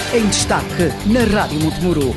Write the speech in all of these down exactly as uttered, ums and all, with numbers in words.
Em destaque na Rádio Montemuro.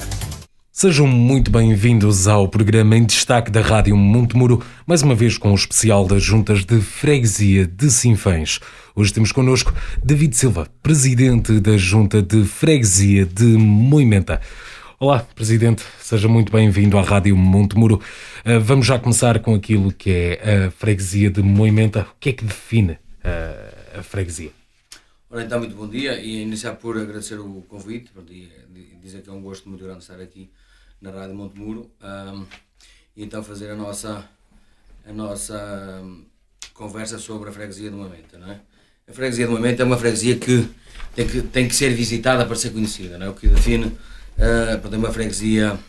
Sejam muito bem-vindos ao programa Em Destaque da Rádio Montemuro, mais uma vez com o especial das Juntas de Freguesia de Sinfãs. Hoje temos connosco David Silva, Presidente da Junta de Freguesia de Moimenta. Olá, Presidente, seja muito bem-vindo à Rádio Montemuro. Vamos já começar com aquilo que é a Freguesia de Moimenta. O que é que define a, a freguesia? Ora, então, muito bom dia e iniciar por agradecer o convite e dizer que é um gosto muito grande estar aqui na Rádio Montemuro um, e então fazer a nossa, a nossa um, conversa sobre a freguesia de Moimenta, não é? A freguesia de Moimenta é uma freguesia que tem que, tem que ser visitada para ser conhecida, não é? O que define uh, é uma freguesia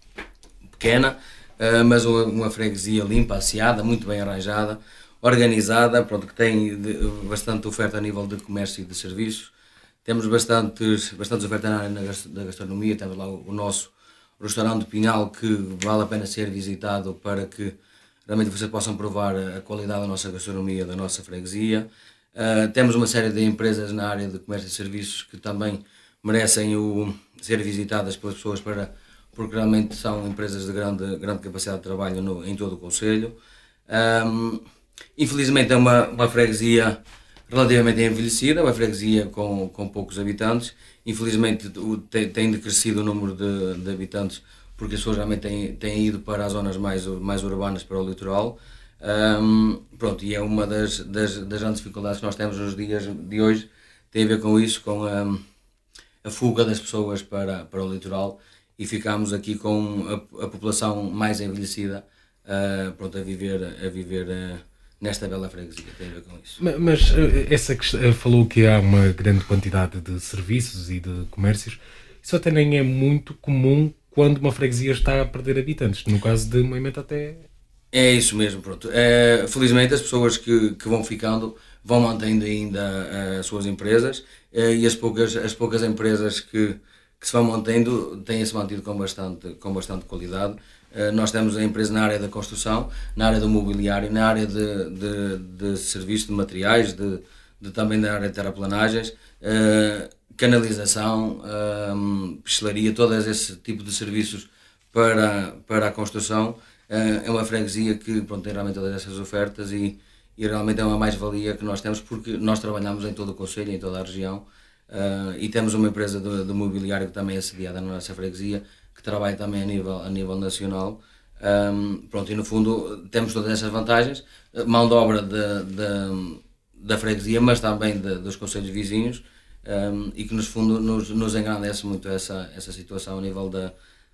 pequena, uh, mas uma, uma freguesia limpa, asseada, muito bem arranjada, organizada, pronto, que tem de, bastante oferta a nível de comércio e de serviços. Temos bastantes, bastantes oferta na área da gastronomia. Temos lá o, o nosso restaurante de Pinhal, que vale a pena ser visitado para que realmente vocês possam provar a qualidade da nossa gastronomia, da nossa freguesia. Uh, temos uma série de empresas na área de comércio e serviços que também merecem o, ser visitadas pelas pessoas, para, porque realmente são empresas de grande, grande capacidade de trabalho no, em todo o concelho. Um, Infelizmente é uma, uma freguesia relativamente envelhecida, uma freguesia com, com poucos habitantes. Infelizmente o, tem, tem decrescido o número de, de habitantes, porque as pessoas realmente têm, têm ido para as zonas mais, mais urbanas, para o litoral. Um, pronto, e é uma das, das, das grandes dificuldades que nós temos nos dias de hoje, tem a ver com isso, com a, a fuga das pessoas para, para o litoral, e ficamos aqui com a, a população mais envelhecida, uh, pronto, a viver, a viver uh, nesta bela freguesia, tem a ver com isso. Mas, mas essa questão, falou que há uma grande quantidade de serviços e de comércios. Isso até nem é muito comum quando uma freguesia está a perder habitantes. No caso de Moimenta até... É isso mesmo, pronto. É, felizmente as pessoas que, que vão ficando vão mantendo ainda as suas empresas, e as poucas, as poucas empresas que, que se vão mantendo têm-se mantido com bastante, com bastante qualidade. Uh, nós temos a empresa na área da construção, na área do mobiliário, na área de, de, de serviços, de materiais, de, de, também na área de terraplanagens, uh, canalização, uh, pistelaria, todos esse tipo de serviços para, para a construção. Uh, é uma freguesia que, pronto, tem realmente todas essas ofertas, e, e realmente é uma mais-valia que nós temos, porque nós trabalhamos em todo o concelho, em toda a região, uh, e temos uma empresa de, de mobiliário que também é sediada na nossa freguesia, que trabalha também a nível, a nível nacional. Um, pronto, e no fundo temos todas essas vantagens, mão de obra de, de, da freguesia, mas também de, dos concelhos vizinhos, um, e que no fundo nos, nos engrandece muito essa, essa situação a nível da,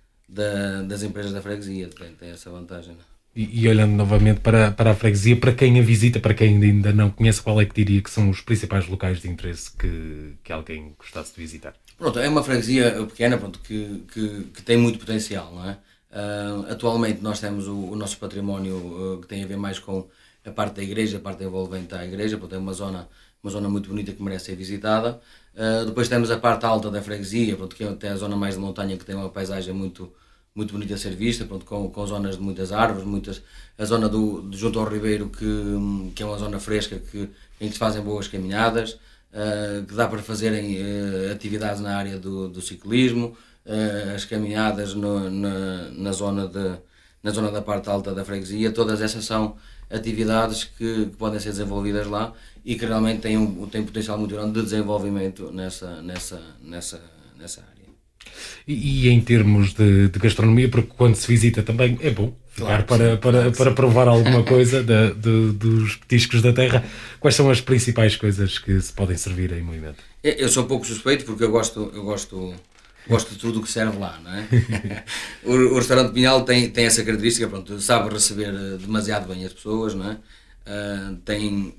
da, das empresas da freguesia, tem, tem essa vantagem. E, e olhando novamente para, para a freguesia, para quem a visita, para quem ainda não conhece, qual é que diria que são os principais locais de interesse que, que alguém gostasse de visitar? Pronto, é uma freguesia pequena, pronto, que, que, que tem muito potencial, não é? Uh, atualmente nós temos o, o nosso património uh, que tem a ver mais com a parte da igreja, a parte envolvente à igreja, pronto, é uma zona, uma zona muito bonita que merece ser visitada. Uh, depois temos a parte alta da freguesia, pronto, que é a zona mais de montanha, que tem uma paisagem muito, muito bonita a ser vista, pronto, com, com zonas de muitas árvores, muitas, a zona do, de junto ao Ribeiro, que, que é uma zona fresca, que, em que se fazem boas caminhadas. Uh, que dá para fazerem uh, atividades na área do, do ciclismo, uh, as caminhadas no, na, na, zona de, na zona da parte alta da freguesia. Todas essas são atividades que, que podem ser desenvolvidas lá, e que realmente têm um, têm um potencial muito grande de desenvolvimento nessa, nessa, nessa, nessa área. E, e em termos de, de gastronomia, porque quando se visita também é bom ficar, claro, para, sim, para, claro, para provar alguma coisa de, de, dos petiscos da terra. Quais são as principais coisas que se podem servir em Moimenta? Eu sou pouco suspeito, porque eu gosto, eu gosto, gosto de tudo o que serve lá, não é? o, o restaurante Pinhal tem, tem essa característica, pronto, sabe receber demasiado bem as pessoas, não é? Uh, tem,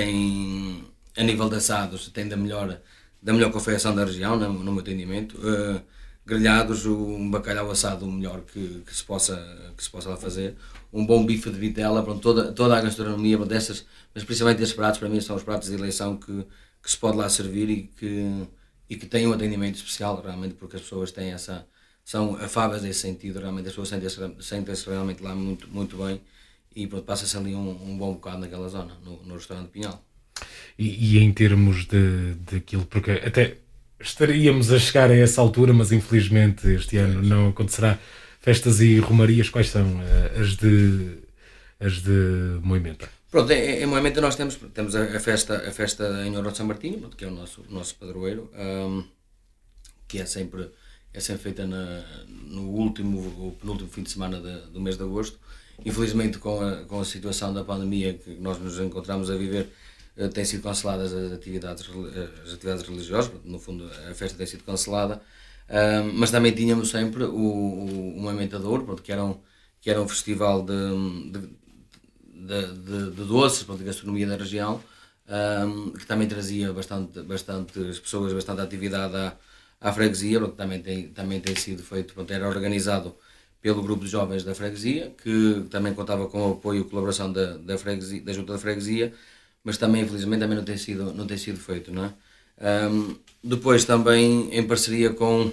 tem, a nível de assados, tem da melhor, da melhor confecção da região, no, no meu entendimento. Uh, grelhados, um bacalhau assado o melhor que, que, se possa, que se possa lá fazer, um bom bife de vitela, pronto, toda, toda a gastronomia dessas, mas principalmente esses pratos, para mim são os pratos de eleição que, que se pode lá servir, e que, e que têm um atendimento especial, realmente, porque as pessoas têm essa, são afáveis nesse sentido, realmente as pessoas sentem-se, sentem-se realmente lá muito, muito bem, e pronto, passa-se ali um, um bom bocado naquela zona, no, no restaurante Pinhal. E, e em termos de, daquilo, porque até estaríamos a chegar a essa altura, mas infelizmente este ano não acontecerá. Festas e romarias, quais são uh, as de as de Moimenta? Pronto, em, em Moimenta nós temos, temos a, a, festa, a festa em Ouro de São Martinho, que é o nosso, o nosso padroeiro, um, que é sempre, é sempre feita na, no último ou penúltimo fim de semana de, do mês de agosto. Infelizmente, com a, com a situação da pandemia que nós nos encontramos a viver, uh, têm sido canceladas as atividades, as atividades religiosas, no fundo a festa tem sido cancelada, uh, mas também tínhamos sempre o, o, o Moimenta de Ouro, que era um, que era um festival de, de De, de, de doces, de gastronomia da região, um, que também trazia bastante, bastantes pessoas, bastante atividade à, à freguesia, que também tem, também tem sido feito, pronto, era organizado pelo grupo de jovens da freguesia, que também contava com o apoio e colaboração da, da, freguesia, da junta da freguesia, mas também, infelizmente, também não tem sido, não tem sido feito, não é? Um, depois também, em parceria com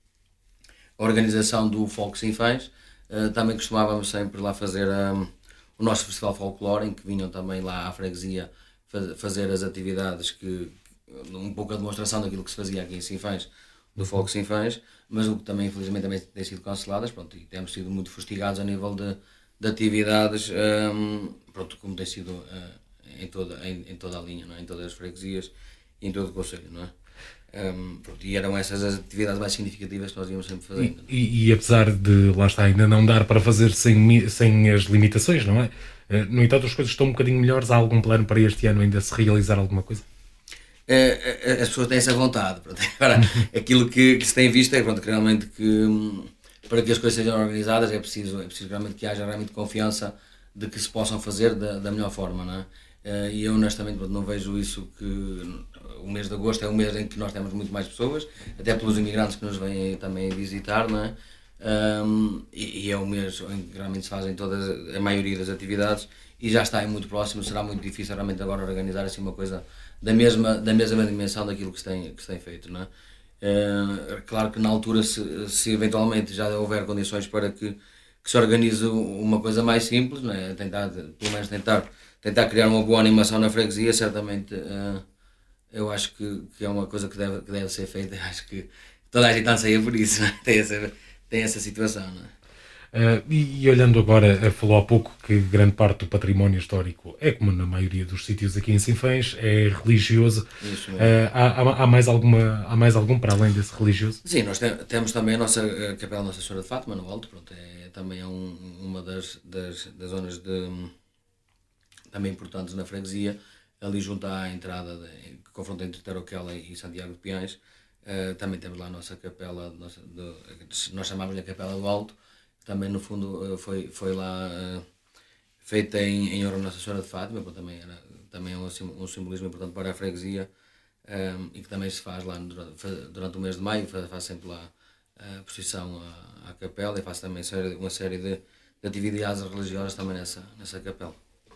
a organização do Folk Sinfãs, uh, também costumávamos sempre lá fazer um, o nosso festival folclore, em que vinham também lá à freguesia fazer as atividades, que, um pouco a demonstração daquilo que se fazia aqui em Sinfãs, do Folk Sinfãs, mas o que também infelizmente também tem sido canceladas, pronto, e temos sido muito fustigados a nível de, de atividades, um, pronto, como tem sido uh, em, toda, em, em toda a linha, não é? Em todas as freguesias e em todo o concelho, não é? Um, pronto, e eram essas as atividades mais significativas que nós íamos sempre fazendo. E, e, e apesar de, lá está, ainda não dar para fazer sem, sem as limitações, não é? No entanto, as coisas estão um bocadinho melhores. Há algum plano para este ano ainda se realizar alguma coisa? É, as pessoas têm essa vontade. Pronto. Agora, aquilo que, que se tem visto é pronto, que realmente que para que as coisas sejam organizadas é preciso, é preciso realmente que haja realmente confiança de que se possam fazer da, da melhor forma, não é? E eu honestamente não vejo isso, que o mês de agosto é um mês em que nós temos muito mais pessoas, até pelos imigrantes que nos vêm também visitar, não é? Um, e, e é um mês em que realmente se fazem todas, a maioria das atividades, e já está aí muito próximo, será muito difícil realmente agora organizar assim uma coisa da mesma, da mesma dimensão daquilo que se tem, que se tem feito, não é? Uh, claro que na altura, se, se eventualmente já houver condições para que, que se organize uma coisa mais simples, não é? Tentar, pelo menos tentar tentar criar uma boa animação na freguesia, certamente uh, eu acho que, que é uma coisa que deve, que deve ser feita. Eu acho que toda a gente anseia por isso, não é? tem, essa, tem essa situação, não é? Uh, e, e olhando agora, falou há pouco que grande parte do património histórico é, como na maioria dos sítios aqui em Sinfãs, é religioso. Isso mesmo. Uh, há, há, há, mais alguma, há mais algum para além desse religioso? Sim, nós te, temos também a nossa a Capela Nossa Senhora de Fátima, no Alto, pronto, é, também é um, uma das, das, das zonas de, também importantes na freguesia, ali junto à entrada de, que confronta entre Tarouquela e Santiago de Piães. Uh, também temos lá a nossa capela, nossa, de, nós chamamos-lhe a Capela do Alto, que também no fundo foi, foi lá uh, feita em, em honra Nossa Senhora de Fátima, porque também, era, também é um, um simbolismo importante para a freguesia, um, e que também se faz lá durante, durante o mês de maio, faz, faz sempre lá a procissão à, à capela, e faz também uma série de, de atividades religiosas também nessa, nessa capela.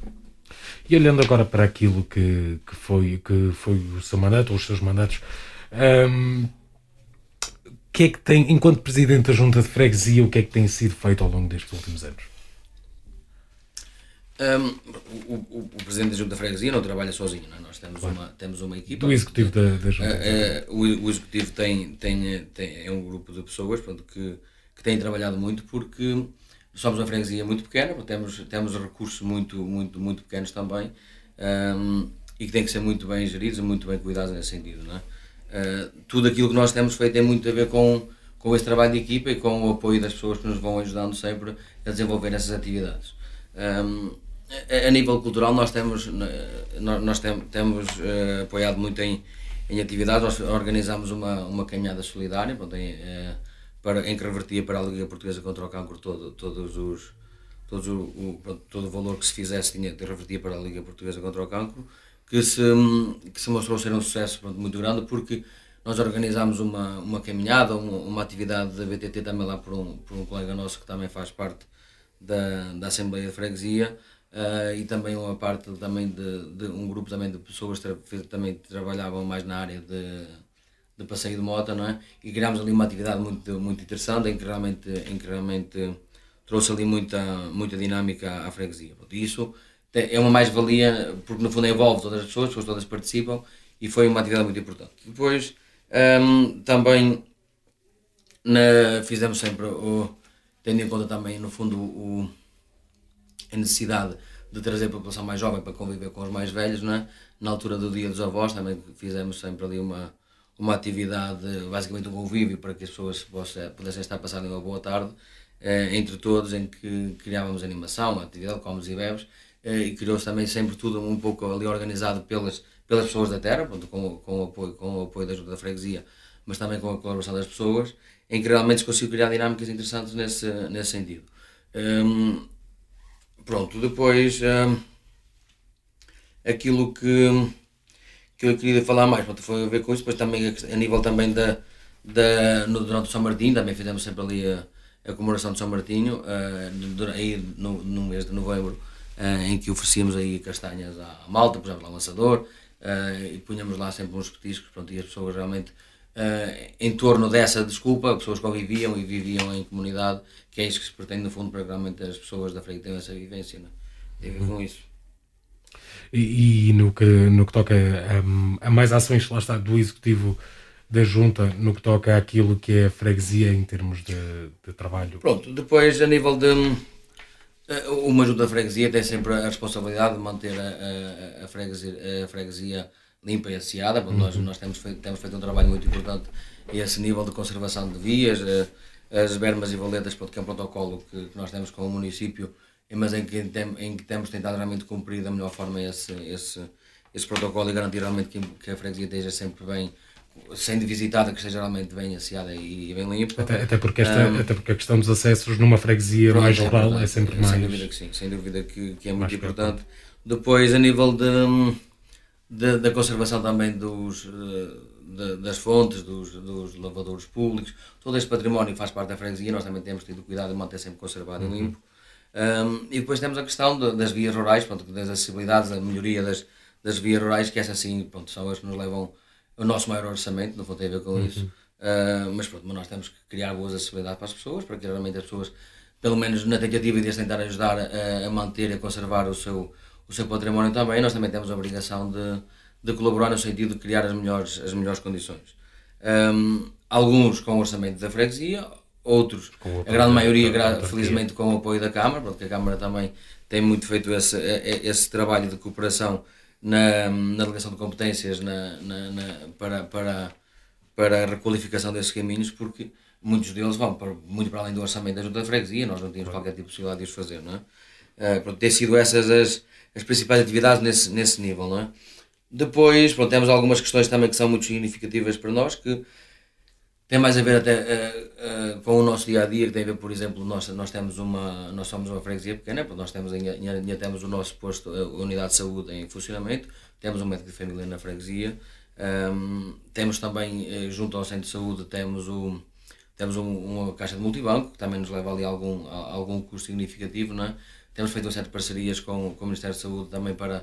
E olhando agora para aquilo que, que, foi, que foi o seu mandato, ou os seus mandatos, um, que é que tem, enquanto Presidente da Junta de Freguesia, o que é que tem sido feito ao longo destes últimos anos? Um, o, o, o Presidente da Junta de Freguesia não trabalha sozinho, não é? Nós temos, claro. uma, temos uma equipa. Do Executivo da, da Junta. Uh, uh, o, o Executivo tem, tem, tem, é um grupo de pessoas, pronto, que, que têm trabalhado muito, porque somos uma freguesia muito pequena, temos, temos recursos muito, muito, muito pequenos também, um, e que têm que ser muito bem geridos e muito bem cuidados nesse sentido, não é? Uh, tudo aquilo que nós temos feito tem muito a ver com, com esse trabalho de equipa e com o apoio das pessoas que nos vão ajudando sempre a desenvolver essas atividades. Um, a, a nível cultural nós temos, nós, nós tem, temos uh, apoiado muito em, em atividades. Nós organizamos uma, uma caminhada solidária, pronto, em, uh, para, em que revertia para a Liga Portuguesa contra o Cancro todo, todos os, todos o, o, todo o valor que se fizesse tinha, revertia para a Liga Portuguesa contra o Cancro, que se, que se mostrou ser um sucesso, pronto, muito grande, porque nós organizámos uma, uma caminhada, uma, uma atividade da B T T também lá por um, por um colega nosso que também faz parte da, da Assembleia de Freguesia, uh, e também uma parte também de, de um grupo também de pessoas que também trabalhavam mais na área de, de passeio de moto, não é? E criámos ali uma atividade muito, muito interessante, em que realmente, em que realmente trouxe ali muita, muita dinâmica à freguesia. E isso é uma mais-valia, porque no fundo envolve todas as pessoas, as pessoas todas participam, e foi uma atividade muito importante. Depois, Um, também na, fizemos sempre, o, tendo em conta também, no fundo, o, a necessidade de trazer a população mais jovem para conviver com os mais velhos, não é? Na altura do Dia dos Avós também fizemos sempre ali uma, uma atividade, basicamente um convívio, para que as pessoas possam, pudessem estar passando uma boa tarde, eh, entre todos, em que criávamos animação, uma atividade, comes e bebes, eh, e criou-se também sempre tudo um pouco ali organizado pelas, pelas pessoas da terra, pronto, com, com, o apoio, com o apoio da Junta da Freguesia, mas também com a colaboração das pessoas, em que realmente se conseguiu criar dinâmicas interessantes nesse, nesse sentido. Um, pronto, depois um, aquilo que, que eu queria falar mais, pronto, foi a ver com isso, depois também a, a nível também da, da, no, durante o São Martinho, também fizemos sempre ali a, a comemoração de São Martinho, uh, aí no, no mês de novembro, uh, em que oferecíamos aí castanhas à malta, pusemos lá um lançador, uh, e punhamos lá sempre uns petiscos, pronto, e as pessoas realmente Uh, em torno dessa desculpa, as pessoas conviviam e viviam em comunidade, que é isso que se pretende no fundo para que realmente as pessoas da freguesia tenham essa vivência, não é? Tem a ver com isso. E, e no, que, no que toca a, a mais ações, lá está, do Executivo da Junta, no que toca àquilo que é a freguesia em termos de, de trabalho? Pronto, depois a nível de... Uma Junta de Freguesia tem sempre a responsabilidade de manter a, a, a, freguesia, a freguesia limpa e asseada, porque uhum. nós, nós temos, feito, temos feito um trabalho muito importante a esse nível de conservação de vias, as bermas e valetas, que é um protocolo que, que nós temos com o município, mas em que, tem, em que temos tentado realmente cumprir da melhor forma esse, esse, esse protocolo e garantir realmente que, que a freguesia esteja sempre bem, sendo visitada, que esteja realmente bem asseada e bem limpa. Até, até, porque esta, um, até porque a questão dos acessos numa freguesia pronto, mais rural é, é sempre sem mais... Sem dúvida que sim, sem dúvida que, que é muito importante. Depois, a nível de... Da, da conservação também dos, de, das fontes, dos, dos lavadouros públicos, todo este património faz parte da freguesia, nós também temos tido cuidado de manter sempre conservado uhum. e limpo. Um, e depois temos a questão de, das vias rurais, pronto, das acessibilidades, a melhoria das, das vias rurais, que essas sim pronto, são as que nos levam o nosso maior orçamento, não vou ter a ver com uhum. isso, uh, mas pronto, mas nós temos que criar boas acessibilidades para as pessoas, para que realmente as pessoas, pelo menos na tentativa de tentar ajudar a, a manter e a conservar o seu o seu património também, nós também temos a obrigação de, de colaborar no sentido de criar as melhores, as melhores condições. Um, alguns com o orçamento da freguesia, outros, a grande maioria, gra- felizmente, com o apoio da Câmara, porque a Câmara também tem muito feito esse, esse trabalho de cooperação na, na delegação de competências na, na, na, para, para, para a requalificação desses caminhos, porque muitos deles vão para, muito para além do orçamento da Junta de Freguesia, nós não tínhamos qualquer tipo de possibilidade de os fazer, não é? Uh, pronto, tem sido essas as as principais atividades nesse, nesse nível, não é? Depois, pronto, temos algumas questões também que são muito significativas para nós, que têm mais a ver até uh, uh, com o nosso dia-a-dia, que tem a ver, por exemplo, nós, nós, temos uma, nós somos uma freguesia pequena, nós temos, ainda temos o nosso posto, a unidade de saúde em funcionamento, temos um médico de família na freguesia, um, temos também, junto ao centro de saúde, temos, o, temos um, uma caixa de multibanco, que também nos leva ali a algum, a, algum custo significativo, não é? Temos feito uma série de parcerias com, com o Ministério da Saúde também para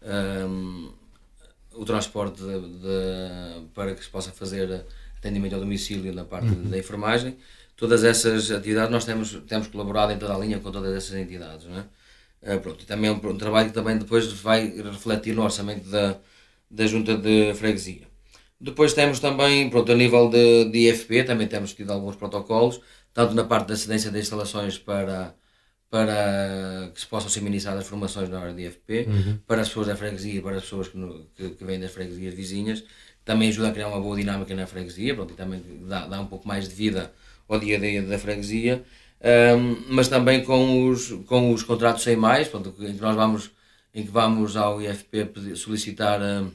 um, o transporte de, de, para que se possa fazer atendimento ao domicílio na parte uhum. da enfermagem. Todas essas atividades nós temos, temos colaborado em toda a linha com todas essas entidades, não é? Uh, pronto, também é um, um trabalho que também depois vai refletir no orçamento da, da Junta de Freguesia. Depois temos também, pronto, a nível de, de I F P, também temos tido alguns protocolos, tanto na parte da cedência de instalações para para que se possam ser ministradas formações na área de I F P, uhum. para as pessoas da freguesia e para as pessoas que, no, que, que vêm das freguesias vizinhas, também ajuda a criar uma boa dinâmica na freguesia, pronto, e também dá, dá um pouco mais de vida ao dia a dia da freguesia, um, mas também com os, com os contratos sem mais, pronto, em que nós vamos, em que vamos ao I F P pedir, solicitar um,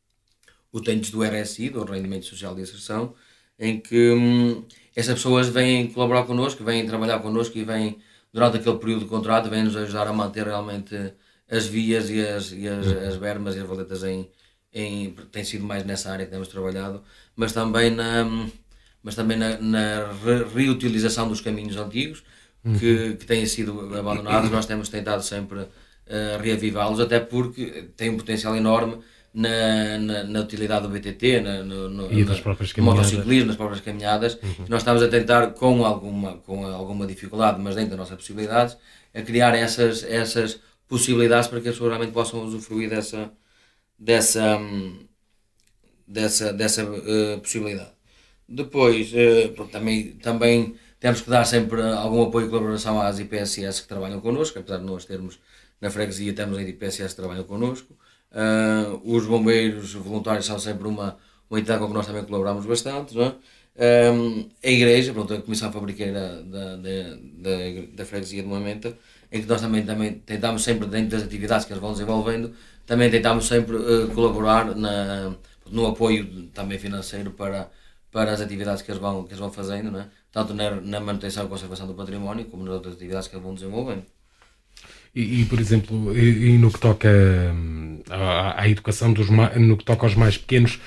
utentes do R S I, do Rendimento Social de Inserção, em que um, essas pessoas vêm colaborar connosco, vêm trabalhar connosco e vêm durante aquele período de contrato, vem-nos ajudar a manter realmente as vias e as, e as, as bermas e as valetas em, em... tem sido mais nessa área que temos trabalhado, mas também na, mas também na, na re, reutilização dos caminhos antigos, que, que têm sido abandonados. Nós temos tentado sempre uh, reavivá-los, até porque tem um potencial enorme na, na, na utilidade do B T T, na, no, no, e das próprias caminhadas. Motociclismo, nas próprias caminhadas. Uhum. Nós estamos a tentar, com alguma, com alguma dificuldade, mas dentro das nossas possibilidades, a criar essas, essas possibilidades para que as pessoas realmente possam usufruir dessa, dessa, dessa, dessa uh, possibilidade. Depois, uh, pronto, também, também temos que dar sempre algum apoio e colaboração às I P S S que trabalham connosco, apesar de nós termos na freguesia, temos a I P S S que trabalham connosco. Uh, os bombeiros voluntários são sempre uma, uma entidade com que nós também colaboramos bastante, não é? Um, a igreja, pronto, a Comissão Fabriqueira da, da, da, da freguesia de Moimenta, em que nós também, também tentamos sempre, dentro das atividades que eles vão desenvolvendo, também tentamos sempre uh, colaborar na, no apoio também financeiro para, para as atividades que eles vão, que eles vão fazendo, não é? Tanto na, na manutenção e conservação do património, como nas outras atividades que eles vão desenvolvendo. E, e por exemplo, e, e no que toca hum, à, à educação, dos, no que toca aos mais pequenos,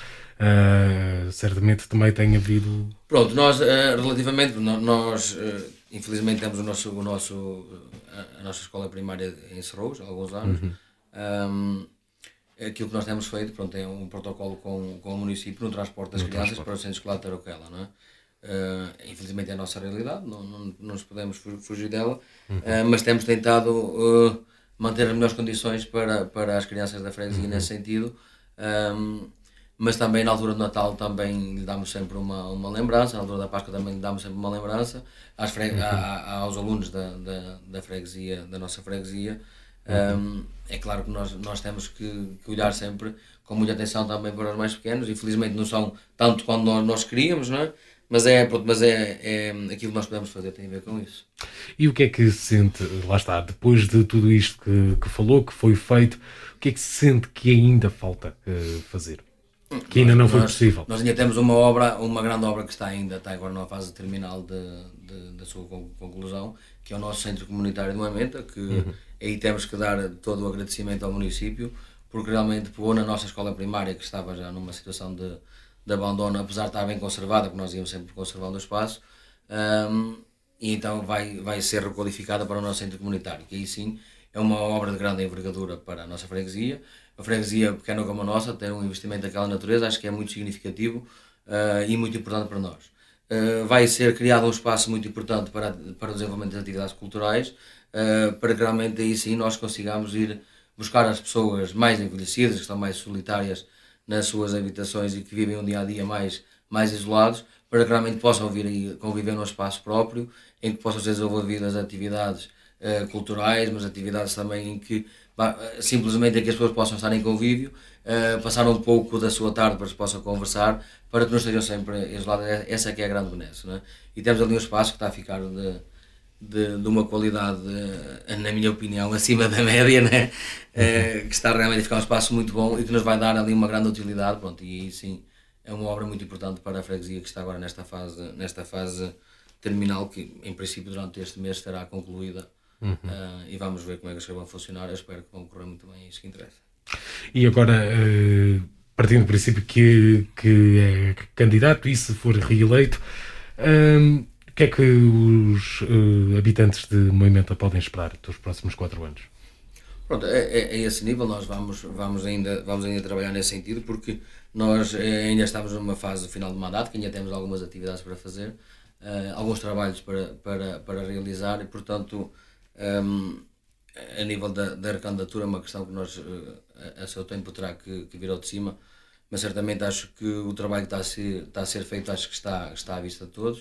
Uh, certamente também tem havido... Pronto, nós, uh, relativamente, nós, uh, infelizmente temos o nosso, o nosso, uh, a nossa escola primária encerrou há alguns anos. Uhum. Um, aquilo que nós temos feito, pronto, é um protocolo com, com o município no transporte das no crianças transporte. Para o centro escolar de Tarouquela, não é? Uh, infelizmente é a nossa realidade, não, não, não nos podemos fugir dela, uhum. uh, mas temos tentado uh, manter as melhores condições para, para as crianças da freguesia, uhum. nesse sentido. Um, mas também na altura do Natal também lhe damos sempre uma, uma lembrança, na altura da Páscoa também lhe damos sempre uma lembrança às fre... uhum. a, a, aos alunos da, da, da freguesia, da nossa freguesia. Uhum. Um, é claro que nós, nós temos que, que olhar sempre com muita atenção também para os mais pequenos, infelizmente não são tanto quando nós, nós queríamos, não é? Mas, é, pronto, mas é, é aquilo que nós podemos fazer tem a ver com isso. E o que é que se sente, lá está, depois de tudo isto que, que falou, que foi feito, o que é que se sente que ainda falta uh, fazer? Que ainda não foi nós, possível. Nós ainda temos uma obra, uma grande obra que está ainda, está agora na fase terminal de, de, da sua conclusão, que é o nosso centro comunitário de Moimenta, que uhum. aí temos que dar todo o agradecimento ao município, porque realmente pegou na nossa escola primária, que estava já numa situação de, de abandono, apesar de estar bem conservada, porque nós íamos sempre conservando o espaço, um, e então vai, vai ser requalificada para o nosso centro comunitário, que aí sim é uma obra de grande envergadura para a nossa freguesia. A freguesia pequena como a nossa, ter um investimento daquela natureza, acho que é muito significativo uh, e muito importante para nós. Uh, vai ser criado um espaço muito importante para, para o desenvolvimento das atividades culturais, uh, para que realmente aí sim nós consigamos ir buscar as pessoas mais envelhecidas, que estão mais solitárias nas suas habitações e que vivem um dia a dia mais, mais isolados, para que realmente possam vir aí conviver num espaço próprio, em que possam ser desenvolvidas atividades uh, culturais, mas atividades também em que simplesmente é que as pessoas possam estar em convívio, uh, passar um pouco da sua tarde para que possam conversar, para que não estejam sempre isolados. Essa é que é a grande benesse, não é? E temos ali um espaço que está a ficar de, de, de uma qualidade, na minha opinião, acima da média, né? Uh, que está realmente a ficar um espaço muito bom e que nos vai dar ali uma grande utilidade, pronto, e aí sim é uma obra muito importante para a freguesia que está agora nesta fase, nesta fase terminal, que em princípio durante este mês estará concluída. Uhum. Uh, e vamos ver como é que as coisas vão funcionar. Eu espero que vão correr muito bem, é isso que interessa. E agora, uh, partindo do princípio que, que é candidato e se for reeleito, uh, o que é que os uh, habitantes de Moimenta podem esperar dos próximos quatro anos? Pronto, é, é, é esse nível, nós vamos, vamos, ainda, vamos ainda trabalhar nesse sentido, porque nós eh, ainda estamos numa fase final de mandato, que ainda temos algumas atividades para fazer, uh, alguns trabalhos para, para, para realizar e, portanto, Um, a nível da, da candidatura é uma questão que nós a, a seu tempo terá que, que vir ao de cima, mas certamente acho que o trabalho que está a ser, está a ser feito acho que está, está à vista de todos.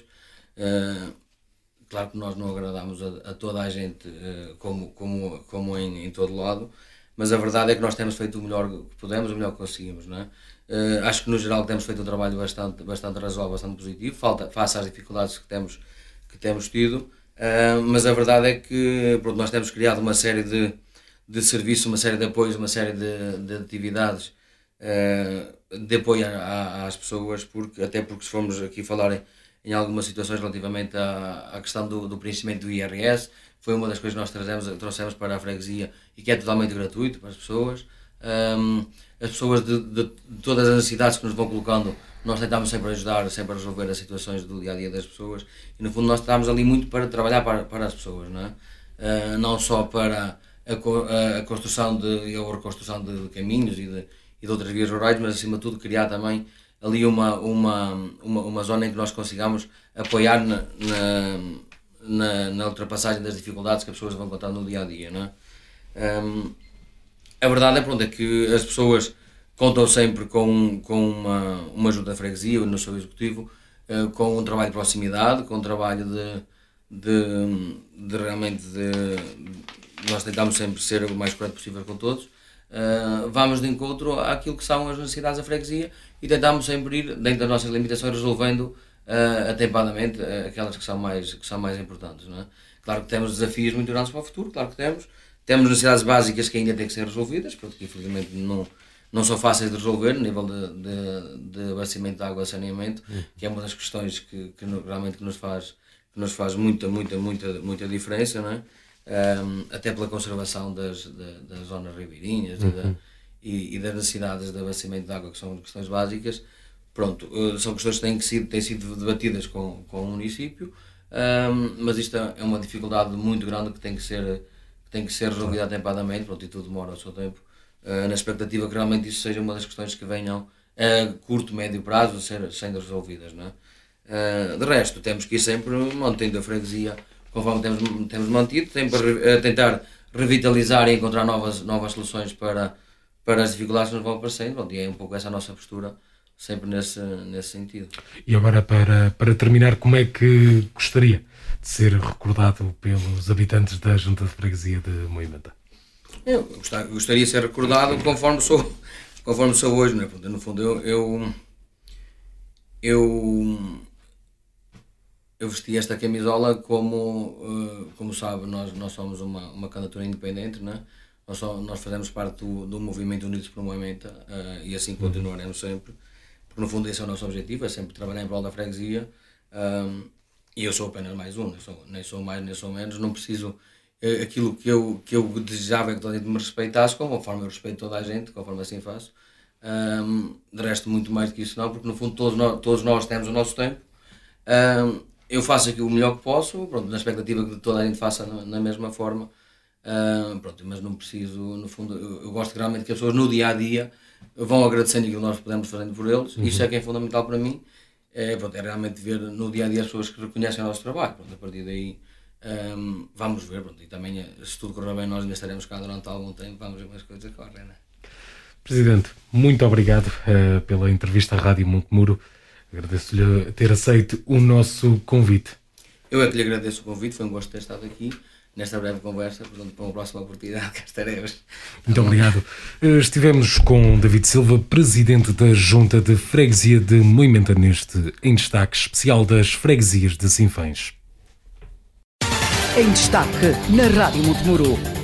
Uh, claro que nós não agradamos a, a toda a gente uh, como, como, como em, em todo lado, mas a verdade é que nós temos feito o melhor que podemos, o melhor que conseguimos, não é? Uh, acho que no geral temos feito um trabalho bastante, bastante razoável, bastante positivo, falta, face às dificuldades que temos, que temos tido. Uh, mas a verdade é que pronto, nós temos criado uma série de, de serviços, uma série de apoios, uma série de, de atividades uh, de apoio a, a, às pessoas, porque, até porque se formos aqui falar em, em algumas situações relativamente à, à questão do, do preenchimento do I R S, foi uma das coisas que nós trazemos, trouxemos para a freguesia e que é totalmente gratuito para as pessoas. Um, as pessoas de, de, de todas as necessidades que nos vão colocando, nós tentamos sempre ajudar, sempre a resolver as situações do dia a dia das pessoas e no fundo nós estamos ali muito para trabalhar para, para as pessoas, não é? Uh, não só para a, a, a construção de, e a reconstrução de, de caminhos e de, e de outras vias rurais, mas acima de tudo criar também ali uma, uma, uma, uma zona em que nós consigamos apoiar na, na, na, na ultrapassagem das dificuldades que as pessoas vão encontrar no dia a dia, não é? Um, a verdade é, pronto, é que as pessoas contam sempre com, com uma, uma junta de freguesia, eu no seu executivo, uh, com um trabalho de proximidade, com um trabalho de, de, de realmente, de, nós tentamos sempre ser o mais correto possível com todos, uh, vamos de encontro àquilo que são as necessidades da freguesia e tentamos sempre ir, dentro das nossas limitações, resolvendo uh, atempadamente uh, aquelas que são, mais, que são mais importantes, não é? Claro que temos desafios muito grandes para o futuro, claro que temos, temos necessidades básicas que ainda têm que ser resolvidas, porque infelizmente não, não são fáceis de resolver, no nível de, de, de abastecimento de água e saneamento, uhum. que é uma das questões que, que realmente que nos faz, que nos faz muita, muita, muita, muita diferença, não é? Um, até pela conservação das, das, das zonas ribeirinhas uhum. e, da, e, e das necessidades de abastecimento de água, que são questões básicas. Pronto, são questões que têm, que sido, têm sido debatidas com, com o município, um, mas isto é uma dificuldade muito grande que tem que ser, que tem que ser resolvida atempadamente, pronto, e tudo demora o seu tempo, uh, na expectativa que realmente isso seja uma das questões que venham a curto, médio prazo a ser, sendo resolvidas, não é? Uh, de resto, temos que ir sempre mantendo a freguesia conforme temos, temos mantido, sempre a tentar revitalizar e encontrar novas, novas soluções para, para as dificuldades que nos vão aparecendo, pronto, e é um pouco essa a nossa postura, sempre nesse, nesse sentido. E agora, para, para terminar, como é que gostaria de ser recordado pelos habitantes da Junta de Freguesia de Moimenta? Eu gostaria de ser recordado conforme sou, conforme sou hoje, não é? No fundo, eu, eu, eu, eu vesti esta camisola como, como sabe, nós, nós somos uma, uma candidatura independente, não é? Nós, só, nós fazemos parte do, do movimento Unidos por Moimenta uh, e assim continuaremos sempre, porque no fundo esse é o nosso objetivo, é sempre trabalhar em prol da freguesia, um, e eu sou apenas mais um, sou, nem sou mais nem sou menos, não preciso, uh, aquilo que eu, que eu desejava é que toda a gente me respeitasse, conforme eu respeito toda a gente, conforme assim faço, um, de resto muito mais do que isso não, porque no fundo todos nós, todos nós temos o nosso tempo, um, eu faço aqui o melhor que posso, pronto, na expectativa que toda a gente faça na, na mesma forma, uh, pronto, mas não preciso, no fundo, eu, eu gosto realmente que as pessoas no dia a dia vão agradecendo aquilo que nós podemos fazendo por eles, uhum. Isso é que é fundamental para mim, é, pronto, é realmente ver no dia a dia as pessoas que reconhecem o nosso trabalho, pronto, a partir daí um, vamos ver, pronto, e também se tudo correr bem nós ainda estaremos cá durante algum tempo, vamos ver como as coisas correm, né? Presidente, muito obrigado uh, pela entrevista à Rádio Montemuro, agradeço-lhe ter aceito o nosso convite. Eu é que lhe agradeço o convite, foi um gosto ter estado aqui nesta breve conversa, portanto, para uma próxima oportunidade cá estaremos. Muito obrigado. Estivemos com David Silva, Presidente da Junta de Freguesia de Moimenta, neste Em Destaque especial das Freguesias de Sinfãs. Em Destaque na Rádio Montemuro.